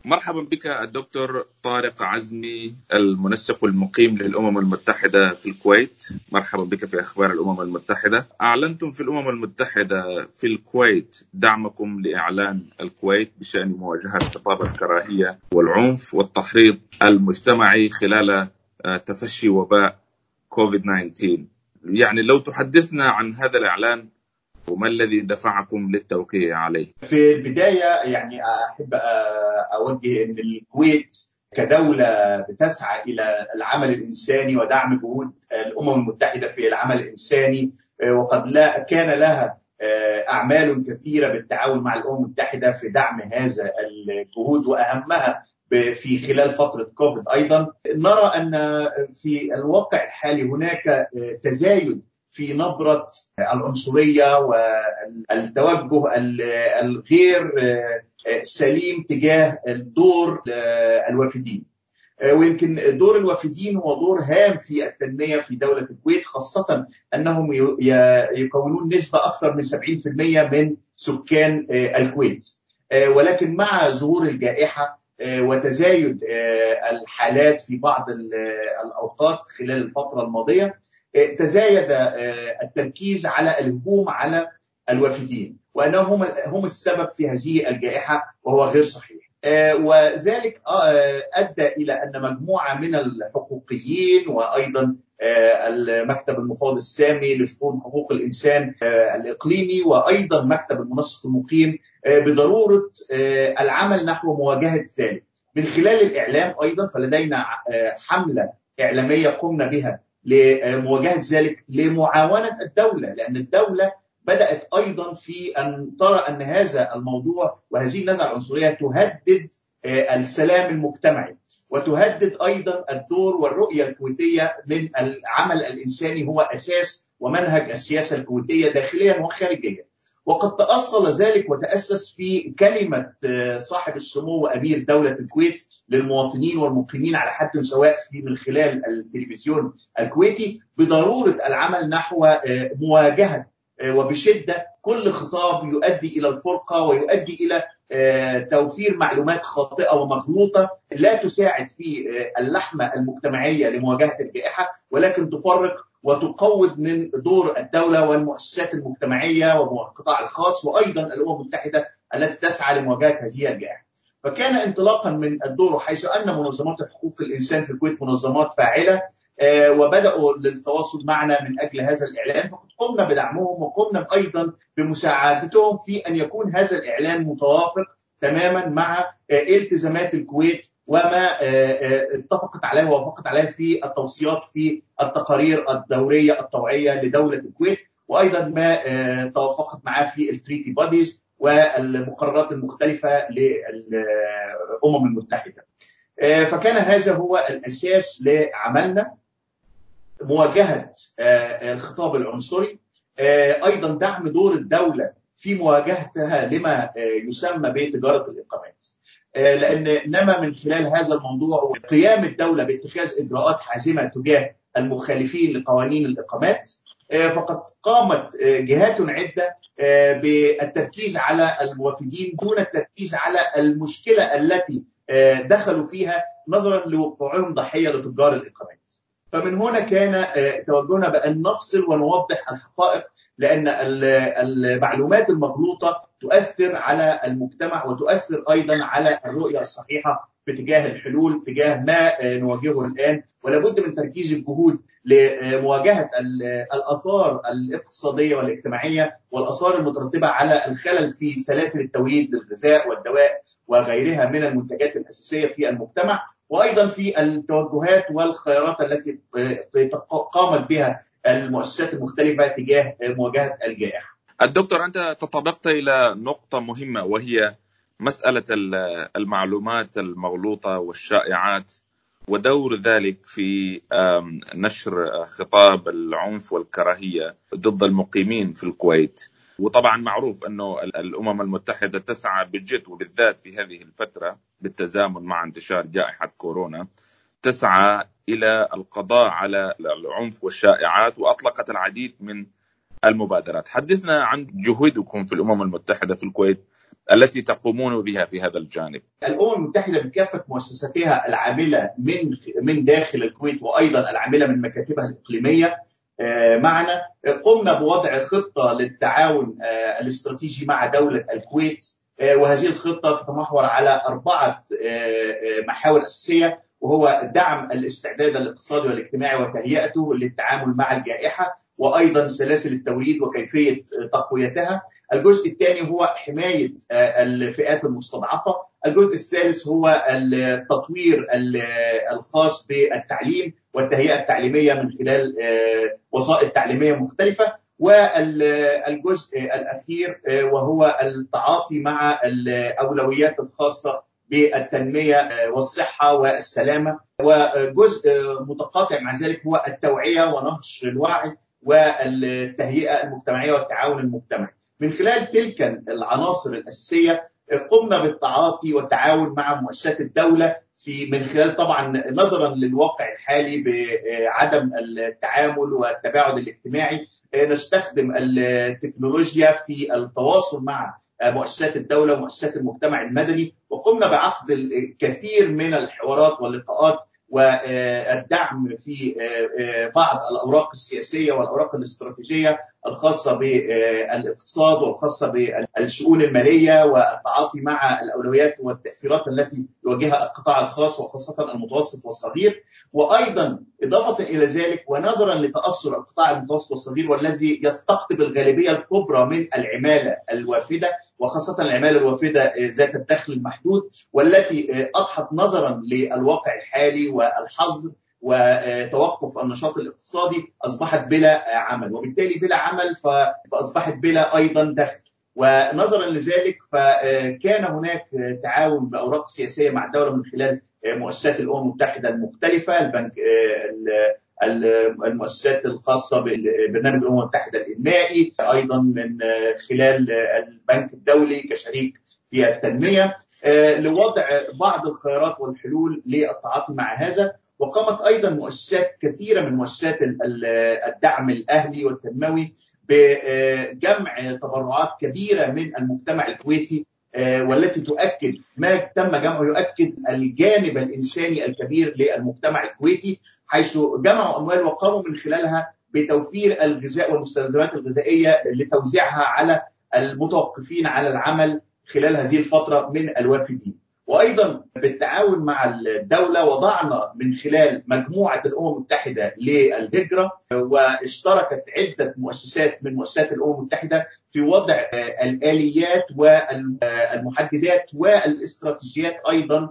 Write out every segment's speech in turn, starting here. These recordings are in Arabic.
مرحبا بك الدكتور طارق عزمي، المنسق المقيم للأمم المتحدة في الكويت. مرحبا بك في أخبار الأمم المتحدة. أعلنتم في الأمم المتحدة في الكويت دعمكم لإعلان الكويت بشأن مواجهة خطاب الكراهية والعنف والتحريض المجتمعي خلال تفشي وباء كوفيد-19. يعني لو تحدثنا عن هذا الإعلان وما الذي دفعكم للتوقيع عليه؟ في البداية يعني أحب أوجه أن الكويت كدولة بتسعى إلى العمل الإنساني ودعم جهود الأمم المتحدة في العمل الإنساني، وقد كان لها أعمال كثيرة بالتعاون مع الأمم المتحدة في دعم هذا الجهود، وأهمها في خلال فترة كوفيد. أيضا نرى أن في الواقع الحالي هناك تزايد في نبرة العنصرية والتوجه الغير سليم تجاه دور الوافدين. ويمكن دور الوافدين هو دور هام في التنمية في دولة الكويت، خاصة أنهم يكونون نسبة أكثر من 70% من سكان الكويت. ولكن مع ظهور الجائحة وتزايد الحالات في بعض الأوقات خلال الفترة الماضية، تزايد التركيز على الهجوم على الوافدين وأنهم هم السبب في هذه الجائحة، وهو غير صحيح. وذلك أدى إلى أن مجموعة من الحقوقيين وأيضا المكتب المفوض السامي لشؤون حقوق الإنسان الإقليمي وأيضا مكتب المنسق المقيم بضرورة العمل نحو مواجهة ذلك من خلال الإعلام. أيضا فلدينا حملة إعلامية قمنا بها لمواجهة ذلك لمعاونة الدولة، لأن الدولة بدأت أيضا في أن ترى أن هذا الموضوع وهذه النزعة العنصرية تهدد السلام المجتمعي، وتهدد أيضا الدور والرؤية الكويتية من العمل الإنساني هو أساس ومنهج السياسة الكويتية داخليا وخارجيا. وقد تأصل ذلك وتأسس في كلمة صاحب السمو أمير دولة الكويت للمواطنين والمقيمين على حد سواء من خلال التلفزيون الكويتي بضرورة العمل نحو مواجهة وبشدة كل خطاب يؤدي إلى الفرقة ويؤدي إلى توفير معلومات خاطئة ومغلوطة لا تساعد في اللحمة المجتمعية لمواجهة الجائحة، ولكن تفرق وتقوض من دور الدولة والمؤسسات المجتمعية والقطاع الخاص وأيضا الأمم المتحدة التي تسعى لمواجهة هذه الجائحة. فكان انطلاقا من الدور، حيث أن منظمات حقوق الإنسان في الكويت منظمات فاعلة وبدأوا للتواصل معنا من أجل هذا الإعلان، فقد قمنا بدعمهم وقمنا أيضا بمساعدتهم في أن يكون هذا الإعلان متوافق تماما مع التزامات الكويت وما اتفقت عليه ووافقت عليه في التوصيات في التقارير الدورية الطوعية لدولة الكويت، وأيضا ما توافقت معاه في التريتي بوديز والمقررات المختلفة للأمم المتحدة. فكان هذا هو الأساس لعملنا، مواجهة الخطاب العنصري، أيضا دعم دور الدولة في مواجهتها لما يسمى بتجارة الإقامات، لأن نما من خلال هذا الموضوع قيام الدولة باتخاذ إجراءات حازمة تجاه المخالفين لقوانين الإقامات. فقد قامت جهات عدة بالتركيز على الوافدين دون التركيز على المشكلة التي دخلوا فيها نظرا لوقوعهم ضحية لتجار الإقامات. فمن هنا كان توجهنا بأن نفصل ونوضح الحقائق، لأن المعلومات المغلوطة تؤثر على المجتمع وتؤثر أيضا على الرؤية الصحيحة في تجاه الحلول تجاه ما نواجهه الآن. ولابد من تركيز الجهود لمواجهة الآثار الاقتصادية والاجتماعية والآثار المترتبة على الخلل في سلاسل التوريد للغذاء والدواء وغيرها من المنتجات الأساسية في المجتمع، وأيضا في التوجهات والخيارات التي قامت بها المؤسسات المختلفة تجاه مواجهة الجائحة. الدكتور، أنت تطرقت إلى نقطة مهمة وهي مسألة المعلومات المغلوطة والشائعات ودور ذلك في نشر خطاب العنف والكراهية ضد المقيمين في الكويت. وطبعا معروف أنه الأمم المتحدة تسعى بجد وبالذات في هذه الفترة بالتزامن مع انتشار جائحة كورونا تسعى إلى القضاء على العنف والشائعات، وأطلقت العديد من المبادرات. حدثنا عن جهودكم في الأمم المتحدة في الكويت التي تقومون بها في هذا الجانب؟ الأمم المتحدة بكافة مؤسساتها العاملة من داخل الكويت وأيضا العاملة من مكاتبها الإقليمية معنا، قمنا بوضع خطة للتعاون الاستراتيجي مع دولة الكويت، وهذه الخطة تتمحور على 4 محاور أساسية، وهو دعم الاستعداد الاقتصادي والاجتماعي وتهيئته للتعامل مع الجائحة، وأيضا سلاسل التوريد وكيفية تقويتها. الجزء الثاني هو حماية الفئات المستضعفة. الجزء الثالث هو التطوير الخاص بالتعليم والتهيئة التعليمية من خلال وسائط تعليمية مختلفة. والجزء الأخير وهو التعاطي مع الأولويات الخاصة بالتنمية والصحة والسلامة. وجزء متقاطع مع ذلك هو التوعية ونشر الوعي والتهيئة المجتمعية والتعاون المجتمعي. من خلال تلك العناصر الأساسية قمنا بالتعاطي والتعاون مع مؤسسات الدولة من خلال طبعا نظرا للواقع الحالي بعدم التعامل والتباعد الاجتماعي، نستخدم التكنولوجيا في التواصل مع مؤسسات الدولة ومؤسسات المجتمع المدني، وقمنا بعقد الكثير من الحوارات واللقاءات والدعم في بعض الأوراق السياسية والأوراق الاستراتيجية الخاصة بالاقتصاد والخاصة بالشؤون المالية والتعاطي مع الأولويات والتأثيرات التي يواجهها القطاع الخاص وخاصة المتوسط والصغير. وأيضا إضافة إلى ذلك ونظرا لتأثر القطاع المتوسط والصغير والذي يستقطب الغالبية الكبرى من العمالة الوافدة وخاصة العمالة الوافدة ذات الدخل المحدود، والتي أضحت نظرا للواقع الحالي والحظر وتوقف النشاط الاقتصادي أصبحت بلا عمل، وبالتالي بلا عمل فأصبحت بلا أيضا دخل. ونظرا لذلك فكان هناك تعاون بأوراق سياسية مع الدولة من خلال مؤسسات الأمم المتحدة المختلفة، البنك، المؤسسات الخاصة ببرنامج الأمم المتحدة الإنمائي، أيضا من خلال البنك الدولي كشريك في التنمية، لوضع بعض الخيارات والحلول للتعاطي مع هذا. وقامت أيضا مؤسسات كثيرة من مؤسسات الدعم الأهلي والتنموي بجمع تبرعات كبيرة من المجتمع الكويتي، والتي تؤكد ما تم جمعه يؤكد الجانب الإنساني الكبير للمجتمع الكويتي، حيث جمعوا أموال وقاموا من خلالها بتوفير الغذاء والمستلزمات الغذائية لتوزيعها على المتوقفين على العمل خلال هذه الفترة من الوافدين. وأيضا بالتعاون مع الدولة وضعنا من خلال مجموعة الأمم المتحدة للهجرة، واشتركت عدة مؤسسات من مؤسسات الأمم المتحدة في وضع الآليات والمحددات والاستراتيجيات أيضا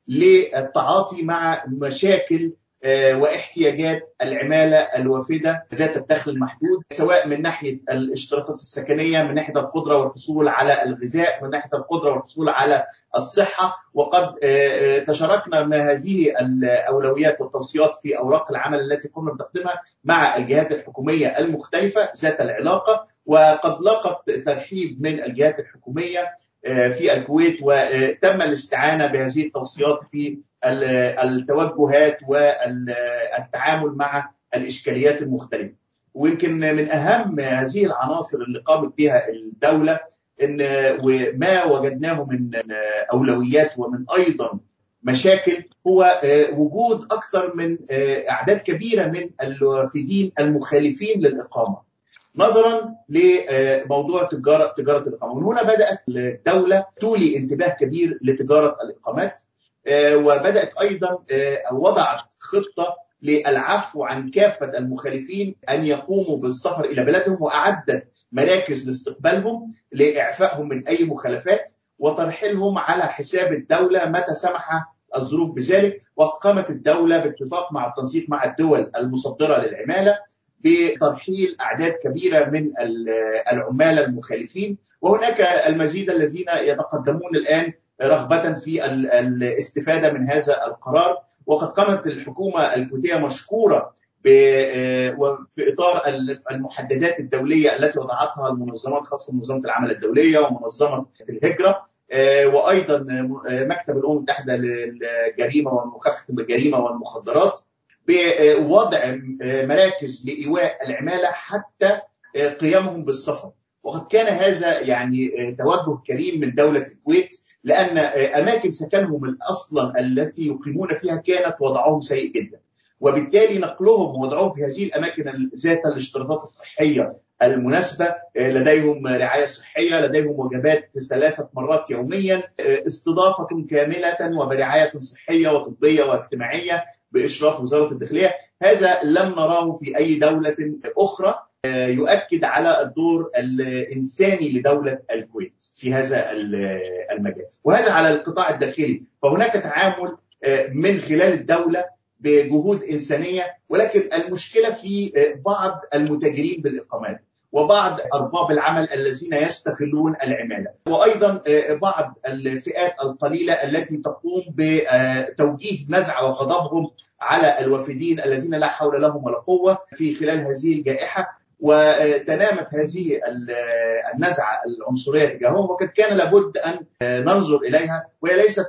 للتعاطي مع مشاكل واحتياجات العمالة الوافدة ذات الدخل المحدود، سواء من ناحية الاشتراطات السكنية، من ناحية القدرة والحصول على الغذاء، من ناحية القدرة والحصول على الصحة. وقد تشاركنا ما هذه الأولويات والتوصيات في أوراق العمل التي قمنا بتقديمها مع الجهات الحكومية المختلفة ذات العلاقة، وقد لاقت ترحيب من الجهات الحكومية في الكويت، وتم الاستعانة بهذه التوصيات في التوجهات والتعامل مع الإشكاليات المختلفة. ويمكن من أهم هذه العناصر اللي قامت بها الدولة إن وما وجدناه من أولويات ومن أيضا مشاكل هو وجود أكثر من أعداد كبيرة من الوافدين المخالفين للإقامة، نظرا لموضوع تجارة الإقامة. من هنا بدأت الدولة تولي انتباه كبير لتجارة الإقامات، وبدأت أيضا وضعت خطة للعفو عن كافة المخالفين أن يقوموا بالسفر إلى بلادهم، وأعدت مراكز لاستقبالهم لإعفائهم من أي مخالفات وترحيلهم على حساب الدولة متى سمح الظروف بذلك. وقامت الدولة باتفاق مع التنسيق مع الدول المصدرة للعمالة بترحيل أعداد كبيرة من العمال المخالفين، وهناك المزيد الذين يتقدمون الآن رغبة في الاستفادة من هذا القرار. وقد قامت الحكومة الكويتية مشكورة في إطار المحددات الدولية التي وضعتها المنظمات خاصة منظمة العمل الدولية ومنظمة الهجرة، وأيضا مكتب الأمم المتحدة للجريمة ومكافحة الجريمة والمخدرات، بوضع مراكز لإيواء العمالة حتى قيامهم بالسفر. وقد كان هذا يعني توجه كريم من دولة الكويت، لأن أماكن سكنهم أصلا التي يقيمون فيها كانت وضعهم سيء جدا، وبالتالي نقلهم ووضعهم في هذه الأماكن ذات الاشتراطات الصحية المناسبة، لديهم رعاية صحية، لديهم وجبات 3 مرات يوميا، استضافة كاملة وبرعاية صحية وطبية واجتماعية بإشراف وزارة الداخلية. هذا لم نراه في أي دولة أخرى، يؤكد على الدور الإنساني لدولة الكويت في هذا المجال. وهذا على القطاع الداخلي، فهناك تعامل من خلال الدولة بجهود إنسانية، ولكن المشكلة في بعض المتاجرين بالإقامات وبعض أرباب العمل الذين يستغلون العمالة، وأيضا بعض الفئات القليلة التي تقوم بتوجيه نزع وغضبهم على الوافدين الذين لا حول لهم ولا قوة في خلال هذه الجائحة. وتنامت هذه النزعة العنصرية تجاههم، وقد كان لابد أن ننظر إليها، وهي ليست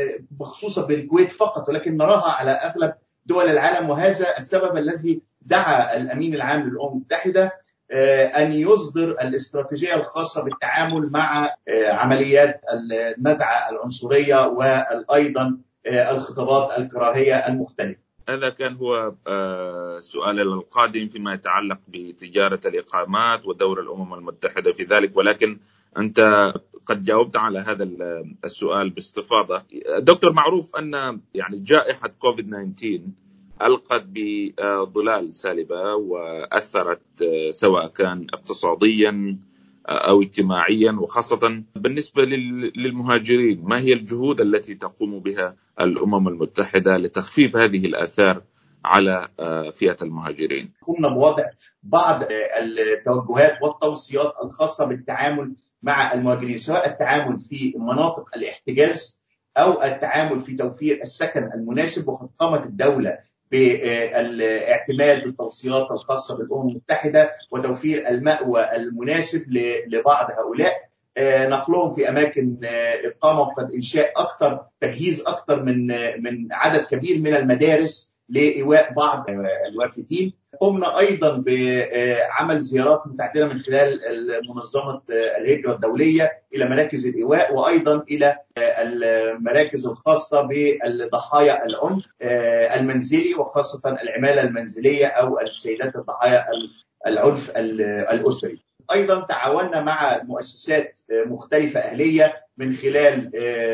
مخصوصة بالكويت فقط ولكن نراها على أغلب دول العالم. وهذا السبب الذي دعا الأمين العام للأمم المتحدة أن يصدر الاستراتيجية الخاصة بالتعامل مع عمليات النزعة العنصرية وأيضا الخطابات الكراهية المختلفة. هذا كان هو سؤال القادم فيما يتعلق بتجارة الإقامات ودور الأمم المتحدة في ذلك، ولكن أنت قد جاوبت على هذا السؤال باستفاضة. دكتور، معروف أن يعني جائحة كوفيد-19 ألقت بظلال سالبة وأثرت سواء كان اقتصاديا أو اجتماعيا، وخاصة بالنسبة للمهاجرين. ما هي الجهود التي تقوم بها الأمم المتحدة لتخفيف هذه الآثار على فئة المهاجرين؟ قمنا بوضع بعض التوجهات والتوصيات الخاصة بالتعامل مع المهاجرين، سواء التعامل في مناطق الاحتجاز أو التعامل في توفير السكن المناسب. وقد قامت الدولة باعتماد التوصيات الخاصة بالأمم المتحدة وتوفير المأوى المناسب لبعض هؤلاء، نقلهم في أماكن إقامة، وقد إنشاء تجهيز أكثر من عدد كبير من المدارس لإيواء بعض الوافدين. قمنا أيضا بعمل زيارات متعددة من خلال منظمة الهجرة الدولية إلى مراكز الإيواء، وأيضا إلى المراكز الخاصة بالضحايا العنف المنزلي، وخاصة العمالة المنزلية أو السيدات الضحايا العنف الأسري. أيضا تعاوننا مع مؤسسات مختلفة أهلية من خلال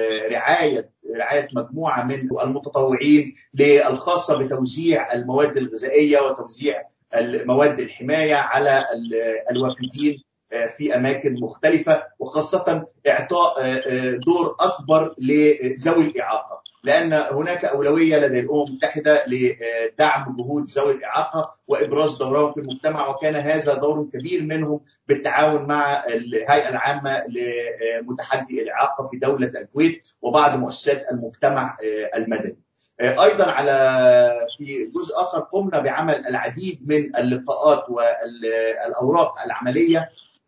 رعاية مجموعة من المتطوعين الخاصة بتوزيع المواد الغذائية وتوزيع مواد الحماية على الوافدين في أماكن مختلفة، وخاصة إعطاء دور أكبر لذوي الإعاقة، لأن هناك أولوية لدى الأمم المتحدة لدعم جهود ذوي الإعاقة وإبراز دورهم في المجتمع. وكان هذا دور كبير منهم بالتعاون مع الهيئة العامة لمتحدي الإعاقة في دولة الكويت وبعض مؤسسات المجتمع المدني. أيضا في جزء آخر قمنا بعمل العديد من اللقاءات والأوراق العملية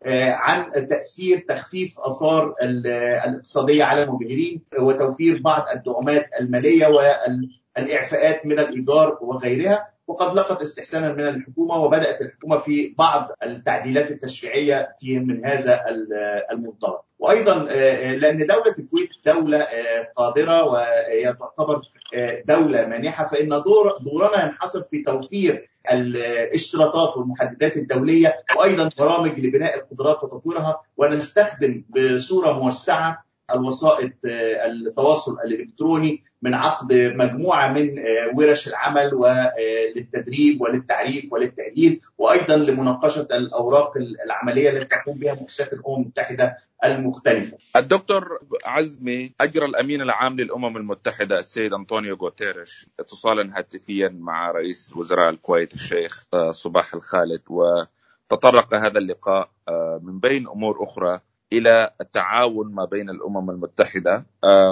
عن تأثير تخفيف آثار الاقتصادية على المهاجرين وتوفير بعض الدعومات المالية والإعفاءات من الإيجار وغيرها. وقد لقت استحسانا من الحكومة، وبدأت الحكومة في بعض التعديلات التشريعية من هذا المنطلق. وأيضا لأن دولة الكويت دولة قادرة وهي تعتبر دولة مانحة، فإن دورنا ينحصر في توفير الاشتراطات والمحددات الدولية، وأيضا برامج لبناء القدرات وتطويرها، ونستخدم بصورة موسعة الوسائط التواصل الإلكتروني من عقد مجموعة من ورش العمل وللتدريب وللتعريف وللتأهيل، وأيضا لمناقشة الأوراق العملية التي تقوم بها مؤسسات الأمم المتحدة المختلفة. الدكتور عزمي، أجرى الأمين العام للأمم المتحدة السيد أنطونيو غوتيريش اتصالا هاتفيا مع رئيس وزراء الكويت الشيخ صباح الخالد، وتطرق هذا اللقاء من بين أمور أخرى إلى التعاون ما بين الأمم المتحدة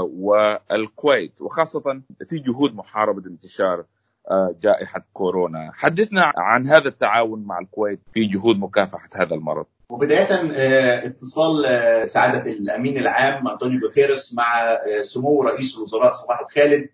والكويت، وخاصة في جهود محاربة انتشار جائحة كورونا. حدثنا عن هذا التعاون مع الكويت في جهود مكافحة هذا المرض. وبداية اتصال سعادة الأمين العام أنطونيو غوتيريش مع سمو رئيس الوزراء صباح الخالد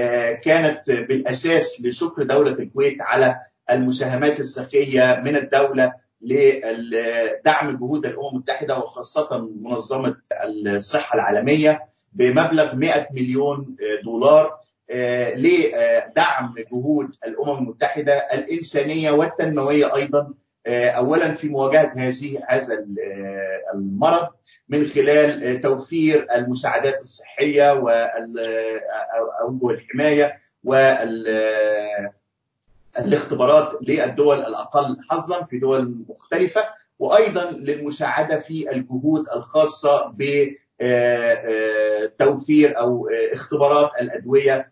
كانت بالأساس لشكر دولة الكويت على المساهمات السخية من الدولة لدعم جهود الأمم المتحدة وخاصة منظمة الصحة العالمية بمبلغ 100 مليون دولار لدعم جهود الأمم المتحدة الإنسانية والتنموية أيضا، أولا في مواجهة هذا المرض من خلال توفير المساعدات الصحية والحماية والاختبارات للدول الأقل حظا في دول مختلفة، وأيضا للمساعدة في الجهود الخاصة بتوفير أو اختبارات الأدوية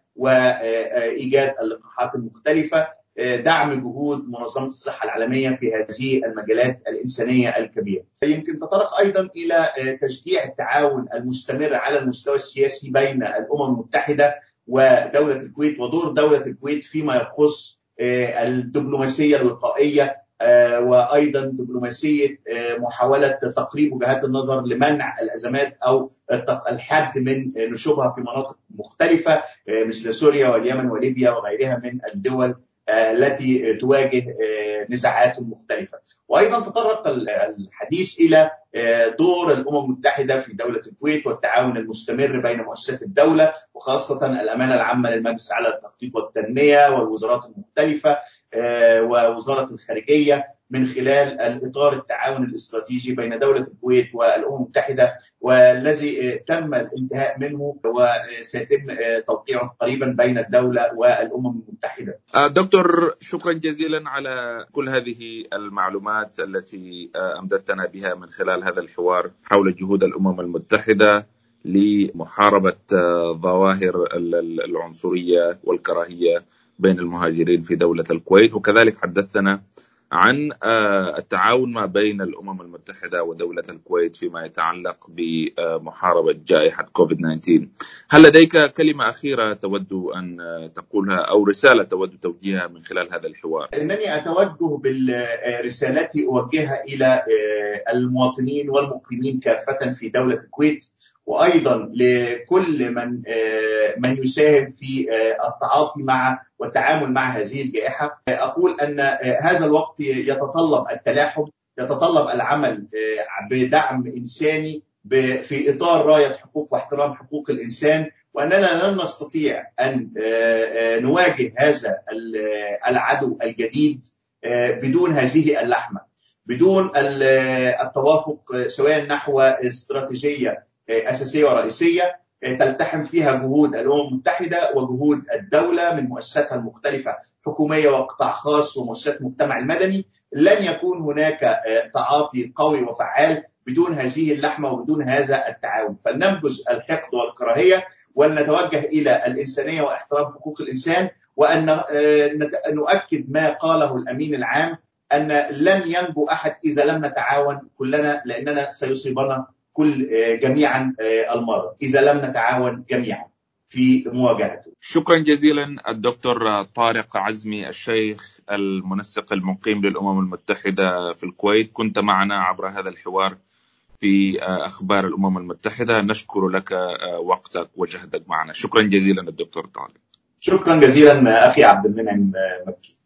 وإيجاد اللقاحات المختلفة، دعم جهود منظمة الصحة العالمية في هذه المجالات الإنسانية الكبيرة. يمكن تطرق أيضا إلى تشجيع التعاون المستمر على المستوى السياسي بين الأمم المتحدة ودولة الكويت، ودور دولة الكويت فيما يخص الدبلوماسية الوقائية وأيضا دبلوماسية محاولة تقريب وجهات النظر لمنع الأزمات أو الحد من نشوبها في مناطق مختلفة مثل سوريا واليمن وليبيا وغيرها من الدول التي تواجه نزاعات مختلفة. وأيضا تطرق الحديث إلى دور الأمم المتحدة في دولة الكويت والتعاون المستمر بين مؤسسات الدولة وخاصة الأمانة العامة للمجلس على التخطيط والتنمية والوزارات المختلفة ووزارة الخارجية من خلال الإطار التعاون الاستراتيجي بين دولة الكويت والأمم المتحدة، والذي تم الانتهاء منه وسيتم توقيعه قريبا بين الدولة والأمم المتحدة. دكتور، شكرا جزيلا على كل هذه المعلومات التي أمددتنا بها من خلال هذا الحوار حول جهود الأمم المتحدة لمحاربة ظواهر العنصرية والكراهية بين المهاجرين في دولة الكويت، وكذلك حدثنا عن التعاون ما بين الأمم المتحدة ودولة الكويت فيما يتعلق بمحاربة جائحة كوفيد-19. هل لديك كلمة أخيرة تود أن تقولها أو رسالة تود توجيهها من خلال هذا الحوار؟ إنني أتوجه برسالتي أوجهها إلى المواطنين والمقيمين كافة في دولة الكويت، وأيضا لكل من يساهم في التعاطي مع والتعامل مع هذه الجائحة. أقول أن هذا الوقت يتطلب التلاحم، يتطلب العمل بدعم إنساني في إطار راية حقوق واحترام حقوق الإنسان، وأننا لن نستطيع أن نواجه هذا العدو الجديد بدون هذه اللحمة، بدون التوافق سواء نحو استراتيجية أساسية ورئيسية تلتحم فيها جهود الأمم المتحدة وجهود الدولة من مؤسساتها المختلفة حكومية وقطاع خاص ومؤسسات المجتمع المدني. لن يكون هناك تعاطي قوي وفعال بدون هذه اللحمة وبدون هذا التعاون. فلننبذ الحقد والكراهية ونتوجه إلى الإنسانية واحترام حقوق الإنسان، وأن نؤكد ما قاله الأمين العام أن لن ينجو أحد إذا لم نتعاون كلنا، لأننا سيصيبنا جميعا المرض إذا لم نتعاون جميعا في مواجهته. شكرا جزيلا الدكتور طارق عزمي الشيخ، المنسق المقيم للأمم المتحدة في الكويت، كنت معنا عبر هذا الحوار في أخبار الأمم المتحدة. نشكر لك وقتك وجهدك معنا. شكرا جزيلا الدكتور طارق. شكرا جزيلا أخي عبد المنعم مكي.